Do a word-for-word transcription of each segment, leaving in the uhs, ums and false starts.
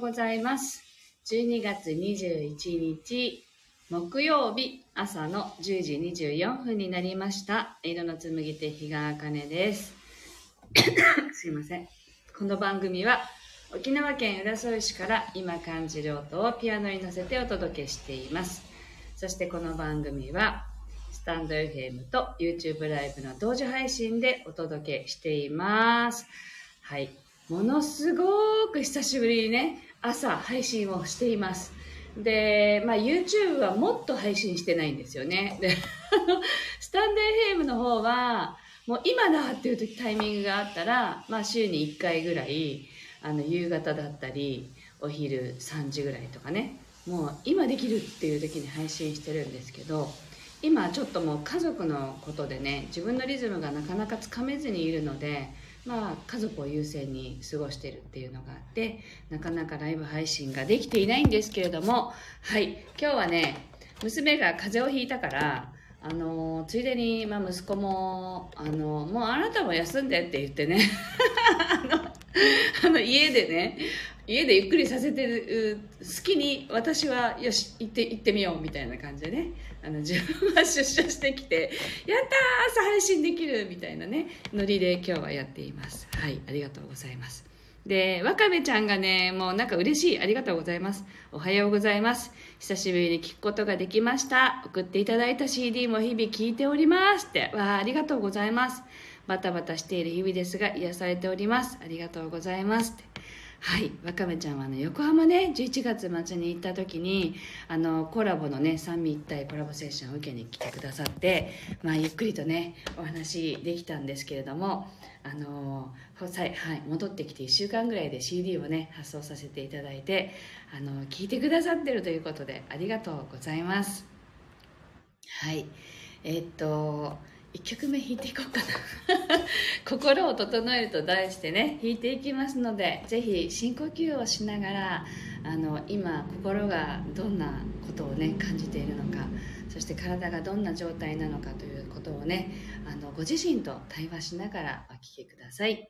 ございます。じゅうにがつにじゅういちにち木曜日朝のじゅうじにじゅうよんぷんになりました。色の紡手日川茜です。すいません。この番組は沖縄県浦添市から今感じる音をピアノに乗せてお届けしています。そしてこの番組はスタンド エフエム と YouTube ライブの同時配信でお届けしています。はい。ものすごく久しぶりにね、朝配信をしています。で、まあ YouTube はもっと配信してないんですよね。で、スタンド エフエム の方は、もう今だっていう時タイミングがあったら、まあ週にいっかいぐらい、あの夕方だったり、お昼さんじぐらいとかね、もう今できるっていう時に配信してるんですけど、今ちょっともう家族のことでね、自分のリズムがなかなかつかめずにいるので、まあ家族を優先に過ごしているっていうのがあって、なかなかライブ配信ができていないんですけれども、はい、今日はね、娘が風邪をひいたから、あのついでに、まあ、息子もあのもうあなたも休んでって言ってねあのあの家でね家でゆっくりさせてる好きに私はよし行って行ってみようみたいな感じでね、あの自分は出社してきてやったー朝配信できるみたいなねノリで今日はやっています。はい、ありがとうございます。で、わかめちゃんがね、もうなんか嬉しい。ありがとうございます。おはようございます。久しぶりに聞くことができました。送っていただいた シーディー も日々聞いておりますって。わあ、ありがとうございます。バタバタしている日々ですが、癒されております。ありがとうございますって。はい、わかめちゃんはあの横浜ね、じゅういちがつ末に行った時に、あの、コラボのね、三位一体コラボセッションを受けに来てくださって、まあ、ゆっくりとね、お話できたんですけれども、あのはい、戻ってきていっしゅうかんぐらいで シーディー をね発送させていただいて、あの聞いてくださってるということでありがとうございます。はい、えー、っといっきょくめ弾いていこうかな心を整えると題してね弾いていきますので、ぜひ深呼吸をしながらあの今心がどんなことをね感じているのか、そして体がどんな状態なのかということをね、あのご自身と対話しながらお聞きください。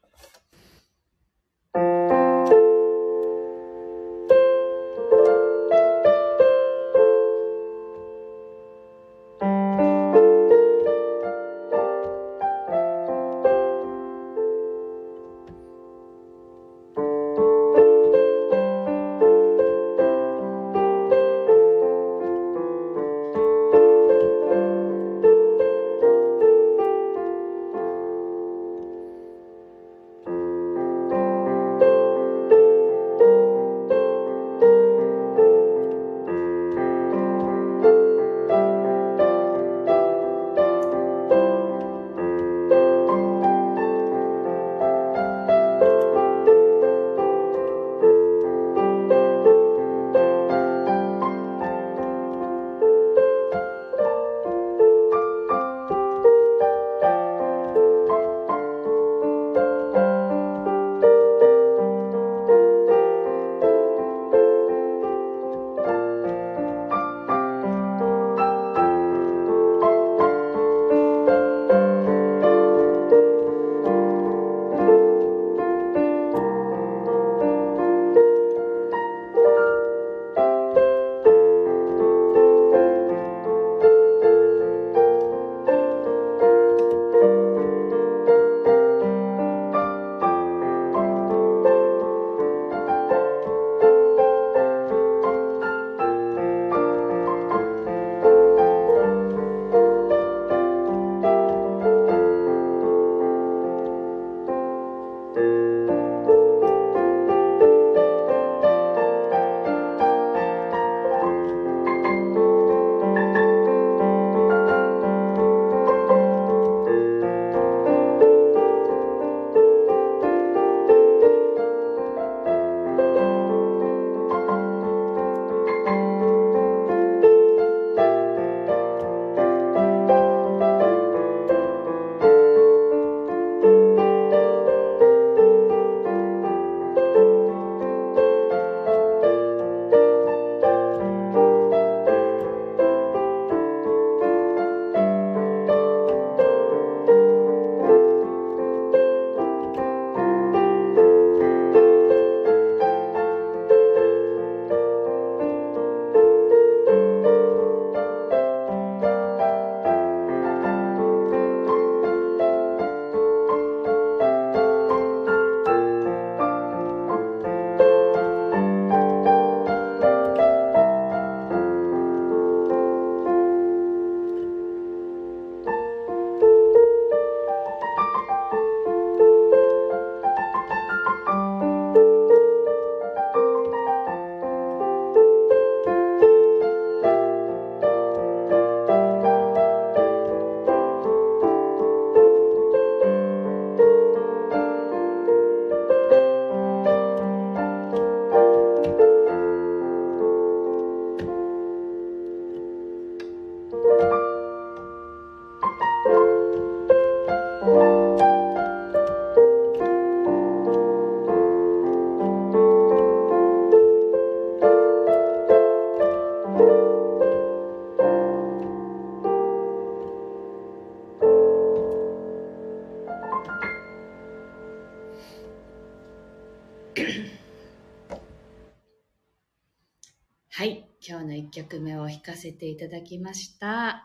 はい、今日のいっきょくめを弾かせていただきました。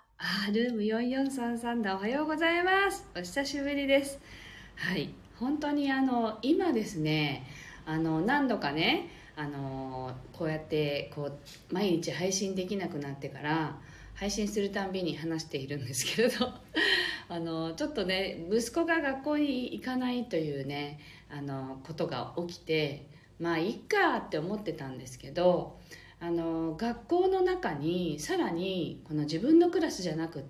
あ、ルームよんよんさんさんでおはようございます。お久しぶりです。はい、本当にあの今ですね、あの何度かね、あのこうやってこう毎日配信できなくなってから配信するたんびに話しているんですけれどあのちょっとね、息子が学校に行かないというね、あのことが起きて、まあいっかって思ってたんですけど、あの学校の中にさらにこの自分のクラスじゃなくって、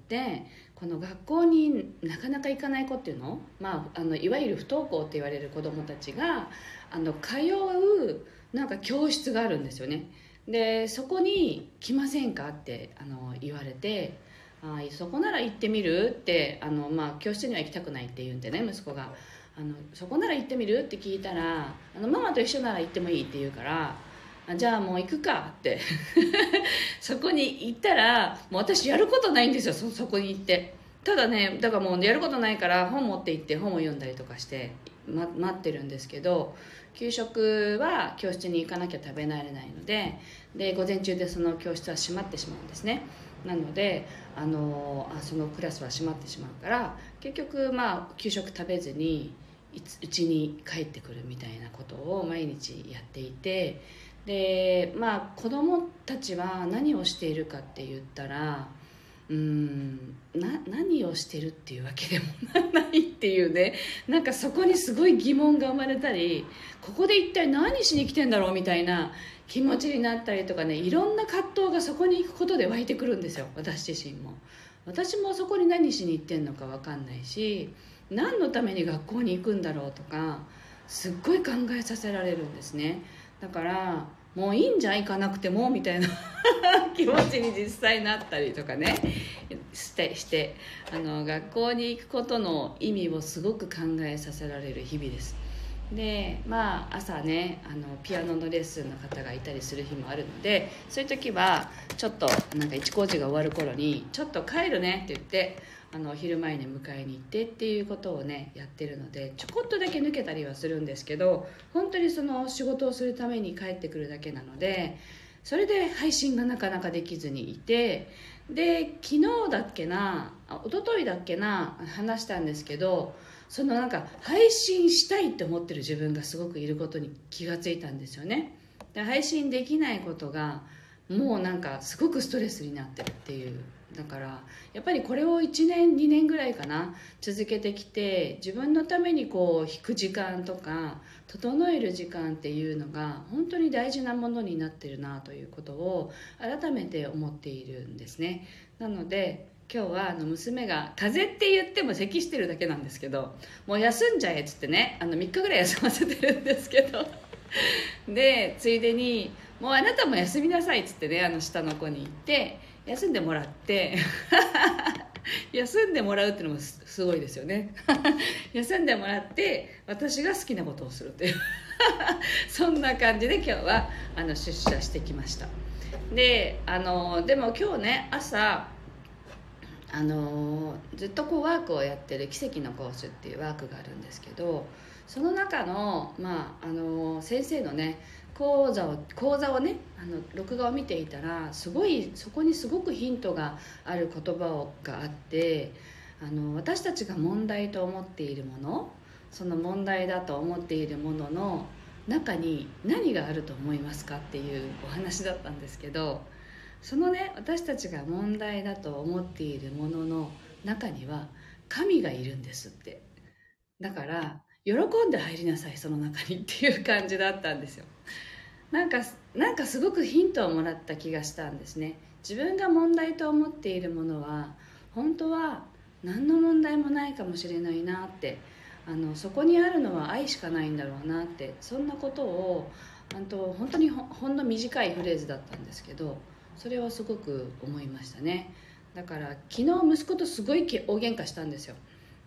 この学校になかなか行かない子っていうの、まあ、あのいわゆる不登校って言われる子どもたちがあの通うなんか教室があるんですよね。でそこに来ませんかってあの言われて、あ、そこなら行ってみるってあの、まあ、教室には行きたくないって言うんでね、息子があのそこなら行ってみるって聞いたら、あのママと一緒なら行ってもいいって言うから、じゃあもう行くかってそこに行ったら、もう私やることないんですよ。 そ, そこに行ってただね、だからもうやることないから本持って行って本を読んだりとかして、ま、待ってるんですけど、給食は教室に行かなきゃ食べられないので、で午前中でその教室は閉まってしまうんですね。なのであのあそのクラスは閉まってしまうから、結局まあ給食食べずにうちに帰ってくるみたいなことを毎日やっていて、でまあ子どもたちは何をしているかって言ったら、うーんな何をしてるっていうわけでもないっていうね、なんかそこにすごい疑問が生まれたり、ここで一体何しに来てんだろうみたいな気持ちになったりとかね、いろんな葛藤がそこに行くことで湧いてくるんですよ。私自身も私もそこに何しに行ってんのか分かんないし、何のために学校に行くんだろうとかすっごい考えさせられるんですね。だからもういいんじゃん行かなくてもみたいな気持ちに実際なったりとかねしてしてあの学校に行くことの意味をすごく考えさせられる日々です。でまあ朝ね、あのピアノのレッスンの方がいたりする日もあるので、そういう時はちょっとなんか一工事が終わる頃にちょっと帰るねって言って、あの昼前に迎えに行ってっていうことをねやってるので、ちょこっとだけ抜けたりはするんですけど、本当にその仕事をするために帰ってくるだけなので、それで配信がなかなかできずにいて、で昨日だっけな一昨日だっけな話したんですけど、そのなんか配信したいって思ってる自分がすごくいることに気がついたんですよね。で配信できないことがもうなんかすごくストレスになってるっていう。だからやっぱりこれをいちねんにねんぐらいかな続けてきて、自分のためにこう弾く時間とか整える時間っていうのが本当に大事なものになってるなということを改めて思っているんですね。なので今日はあの娘が風邪って言っても咳してるだけなんですけど、もう休んじゃえっつってね、あのみっかぐらい休ませてるんですけどでついでにもうあなたも休みなさいっつってね、あの下の子に言って休んでもらって休んでもらうっていうのもすごいですよね休んでもらって私が好きなことをするというそんな感じで今日はあの出社してきました。であのでも今日ね朝あのずっとこうワークをやってる奇跡のコースっていうワークがあるんですけど、その中の、まあ、あの先生のね講座を講座をねあの録画を見ていたら、すごいそこにすごくヒントがある言葉をがあって、あの私たちが問題と思っているもの、その問題だと思っているものの中に何があると思いますかっていうお話だったんですけど、そのね私たちが問題だと思っているものの中には神がいるんですって。だから喜んで入りなさいその中にっていう感じだったんですよ。なんかなんかすごくヒントをもらった気がしたんですね。自分が問題と思っているものは本当は何の問題もないかもしれないなって、あのそこにあるのは愛しかないんだろうなって、そんなことをあと本当に ほ, ほんの短いフレーズだったんですけど、それはすごく思いましたね。だから昨日息子とすごい大喧嘩したんですよ。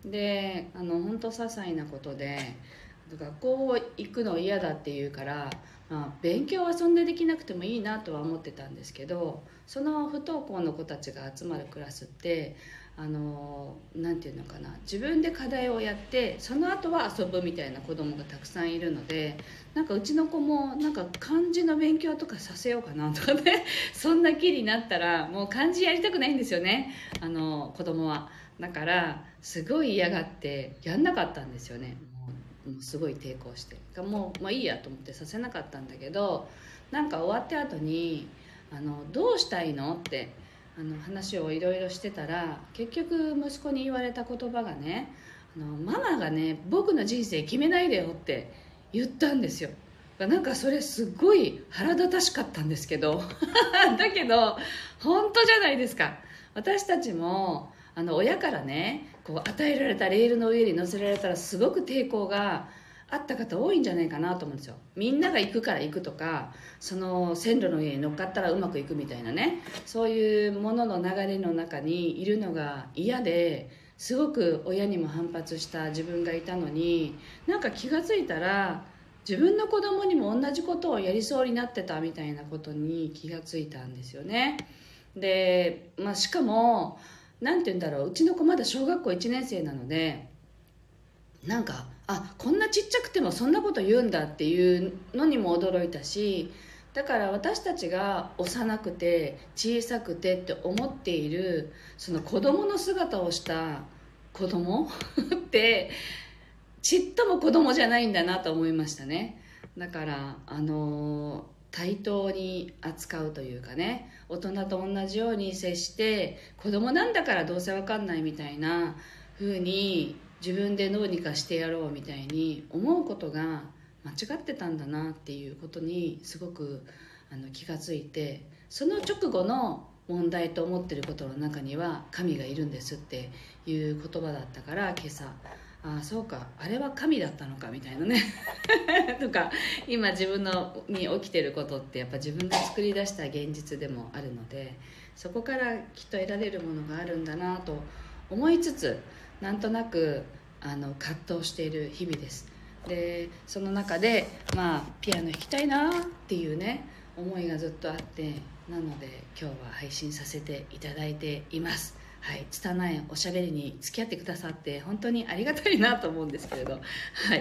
であの本当些細なことで学校行くの嫌だって言うから、まあ、勉強はそんなできなくてもいいなとは思ってたんですけど、その不登校の子たちが集まるクラスってあのなんていうのかな、自分で課題をやってその後は遊ぶみたいな子供がたくさんいるので、なんかうちの子もなんか漢字の勉強とかさせようかなとかねそんな気になったらもう漢字やりたくないんですよね、あの子供は。だからすごい嫌がってやんなかったんですよね。もうもうすごい抵抗してもう、まあ、いいやと思ってさせなかったんだけど、なんか終わった後にあのどうしたいのってあの話をいろいろしてたら、結局息子に言われた言葉がね、あのママがね僕の人生決めないでよって言ったんですよ。なんかそれすごい腹立たしかったんですけどだけど本当じゃないですか。私たちもあの親からねこう与えられたレールの上に乗せられたらすごく抵抗があった方多いんじゃないかなと思うんですよ。みんなが行くから行くとか、その線路の上に乗っかったらうまくいくみたいなね、そういうものの流れの中にいるのが嫌で、すごく親にも反発した自分がいたのに、なんか気がついたら自分の子供にも同じことをやりそうになってたみたいなことに気がついたんですよね。で、まあ、しかもなんて言うんだろう、うちの子まだ小学校いちねん生なので、なんかあこんなちっちゃくてもそんなこと言うんだっていうのにも驚いたし、だから私たちが幼くて小さくてって思っているその子供の姿をした子供ってちっとも子供じゃないんだなと思いましたね。だからあの対等に扱うというかね、大人と同じように接して、子供なんだからどうせわかんないみたいな風に自分でどうにかしてやろうみたいに思うことが間違ってたんだなっていうことにすごくあの気がついて、その直後の問題と思ってることの中には神がいるんですっていう言葉だったから、今朝ああそうかあれは神だったのかみたいなねとか、今自分のに起きてることってやっぱ自分が作り出した現実でもあるので、そこからきっと得られるものがあるんだなと思いつつ、なんとなくあの葛藤している日々です。でその中で、まあ、ピアノ弾きたいなっていうね思いがずっとあって、なので今日は配信させていただいています。はい、拙いおしゃべりに付き合ってくださって本当にありがたいなと思うんですけれど、はい、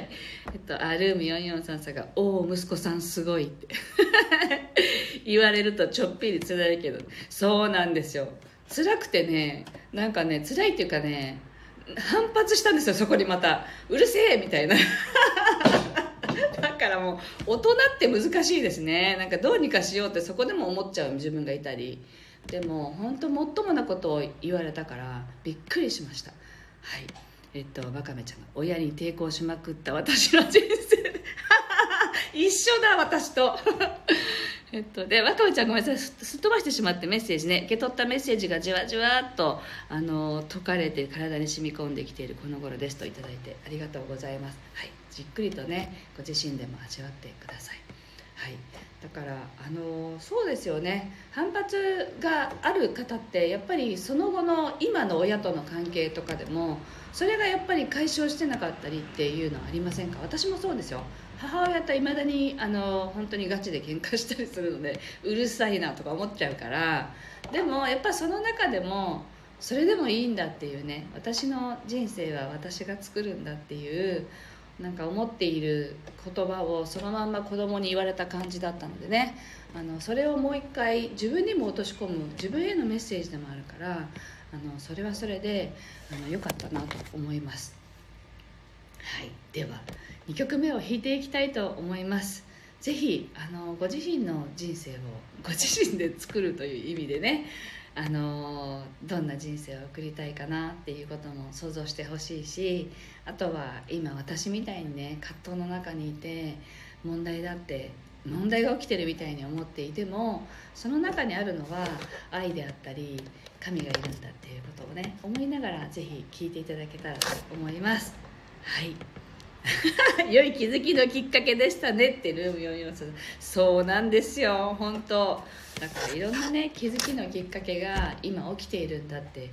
えっと、あルームよんよんさんさんが「おお息子さんすごい」って言われるとちょっぴり辛いけど、そうなんですよ。辛くてね、なんかね辛いっていうかね、反発したんですよ。そこにまたうるせえみたいなだからもう大人って難しいですね。なんかどうにかしようってそこでも思っちゃう自分がいたり、でも本当もっともなことを言われたからびっくりしました。はい、えっとバカめちゃんが親に抵抗しまくった私の人生一緒だ私とえっと、でワカメちゃんごめんなさい、すっ飛ばしてしまってメッセージね、受け取ったメッセージがじわじわっとあの解かれて体に染み込んできているこの頃ですといただいてありがとうございます。はい、じっくりとねご自身でも味わってください。はい、だからあのそうですよね、反発がある方ってやっぱりその後の今の親との関係とかでもそれがやっぱり解消してなかったりっていうのはありませんか？私もそうですよ。母親といまだにあの本当にガチで喧嘩したりするのでうるさいなとか思っちゃうから、でもやっぱその中でもそれでもいいんだっていうね、私の人生は私が作るんだっていうなんか思っている言葉をそのまんま子供に言われた感じだったのでね、あのそれをもう一回自分にも落とし込む自分へのメッセージでもあるから、あのそれはそれであの良かったなと思います。はい、ではにきょくめを弾いていきたいと思います。ぜひあのご自身の人生をご自身で作るという意味でね、あのどんな人生を送りたいかなっていうことも想像してほしいし、あとは今私みたいにね葛藤の中にいて問題だって問題が起きてるみたいに思っていても、その中にあるのは愛であったり神がいるんだっていうことをね思いながらぜひ聴いていただけたらと思います。はい良い気づきのきっかけでしたねってルームよんよんさん、そうなんですよ本当だからいろんなね気づきのきっかけが今起きているんだって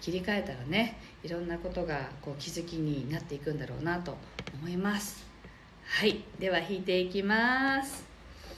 切り替えたらね、いろんなことがこう気づきになっていくんだろうなと思います。はい、では弾いていきます。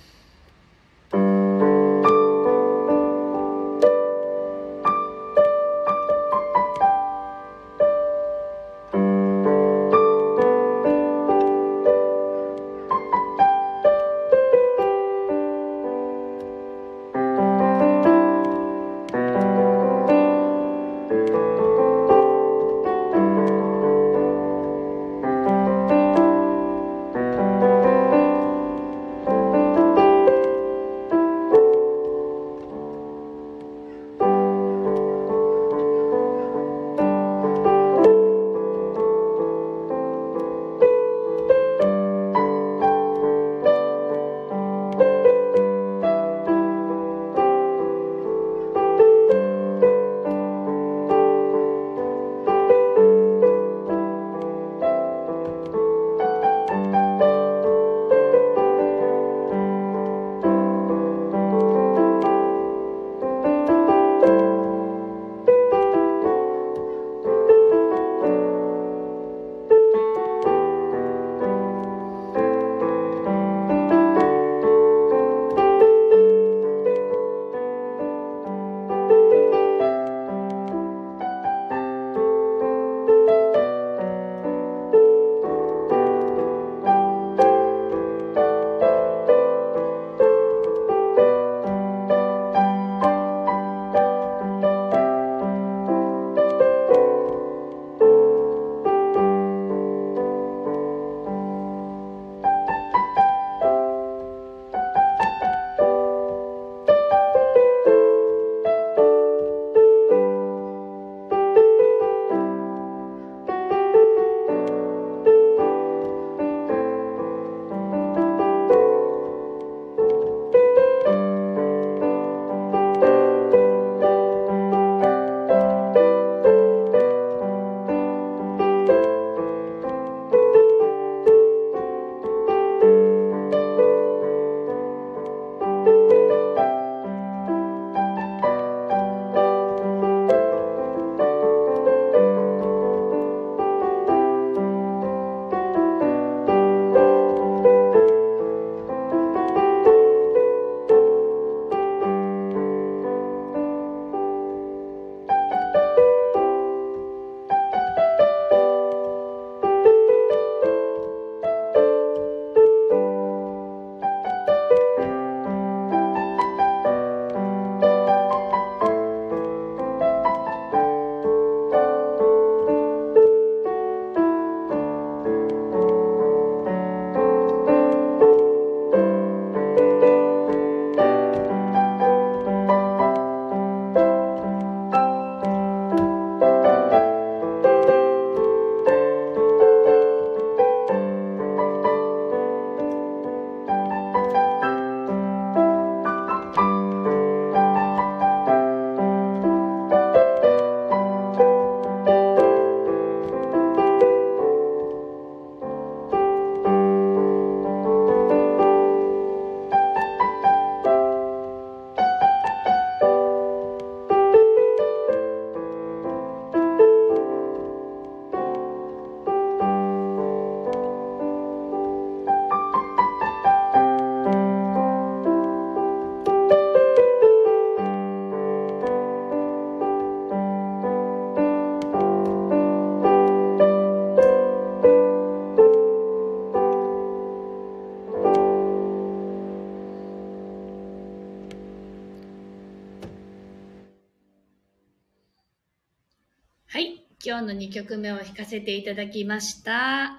はい、今日のにきょくめを弾かせていただきました。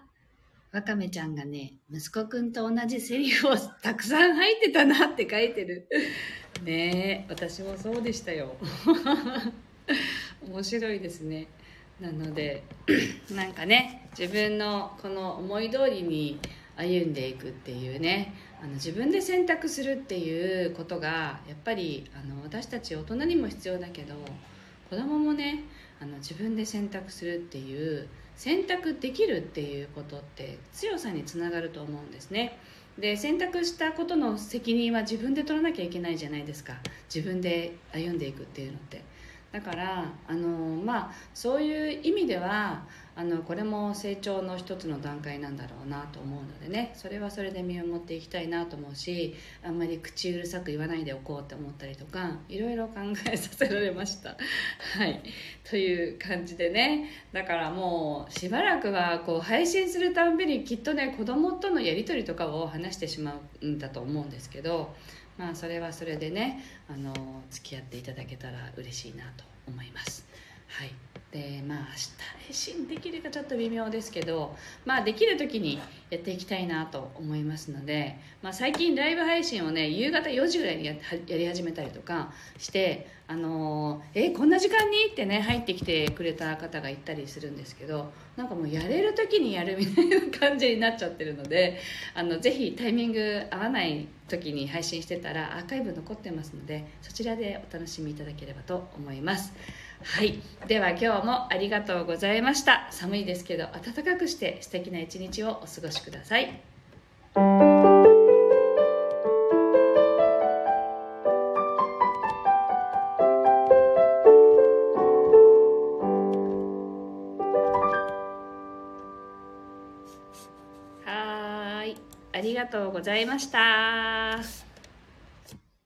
わかめちゃんがね、息子くんと同じセリフをたくさん入ってたなって書いてる。ねえ、私もそうでしたよ。面白いですね。なので、なんかね、自分のこの思い通りに歩んでいくっていうね、あの自分で選択するっていうことがやっぱりあの私たち大人にも必要だけど、子供もね、あの自分で選択するっていう選択できるっていうことって強さにつながると思うんですね。で、選択したことの責任は自分で取らなきゃいけないじゃないですか。自分で歩んでいくっていうのって。 だからあのまあそういう意味ではあのこれも成長の一つの段階なんだろうなと思うのでね、それはそれで見守っていきたいなと思うし、あんまり口うるさく言わないでおこうって思ったりとか、いろいろ考えさせられましたはいという感じでね、だからもうしばらくはこう配信するたんびにきっとね、子供とのやり取りとかを話してしまうんだと思うんですけど、まあそれはそれでね、あの付き合っていただけたら嬉しいなと思います。はい。でまあ明日配信できるかちょっと微妙ですけど、まあできる時にやっていきたいなと思いますので、まあ、最近ライブ配信をね夕方よじぐらいにややり始めたりとかして、あのー、えこんな時間にってね入ってきてくれた方がいたりするんですけど、なんかもうやれる時にやるみたいな感じになっちゃってるので、あのぜひタイミング合わない時に配信してたらアーカイブ残ってますので、そちらでお楽しみいただければと思います。はい、では今日もありがとうございました。寒いですけど暖かくして素敵な一日をお過ごしください。はい、ありがとうございました。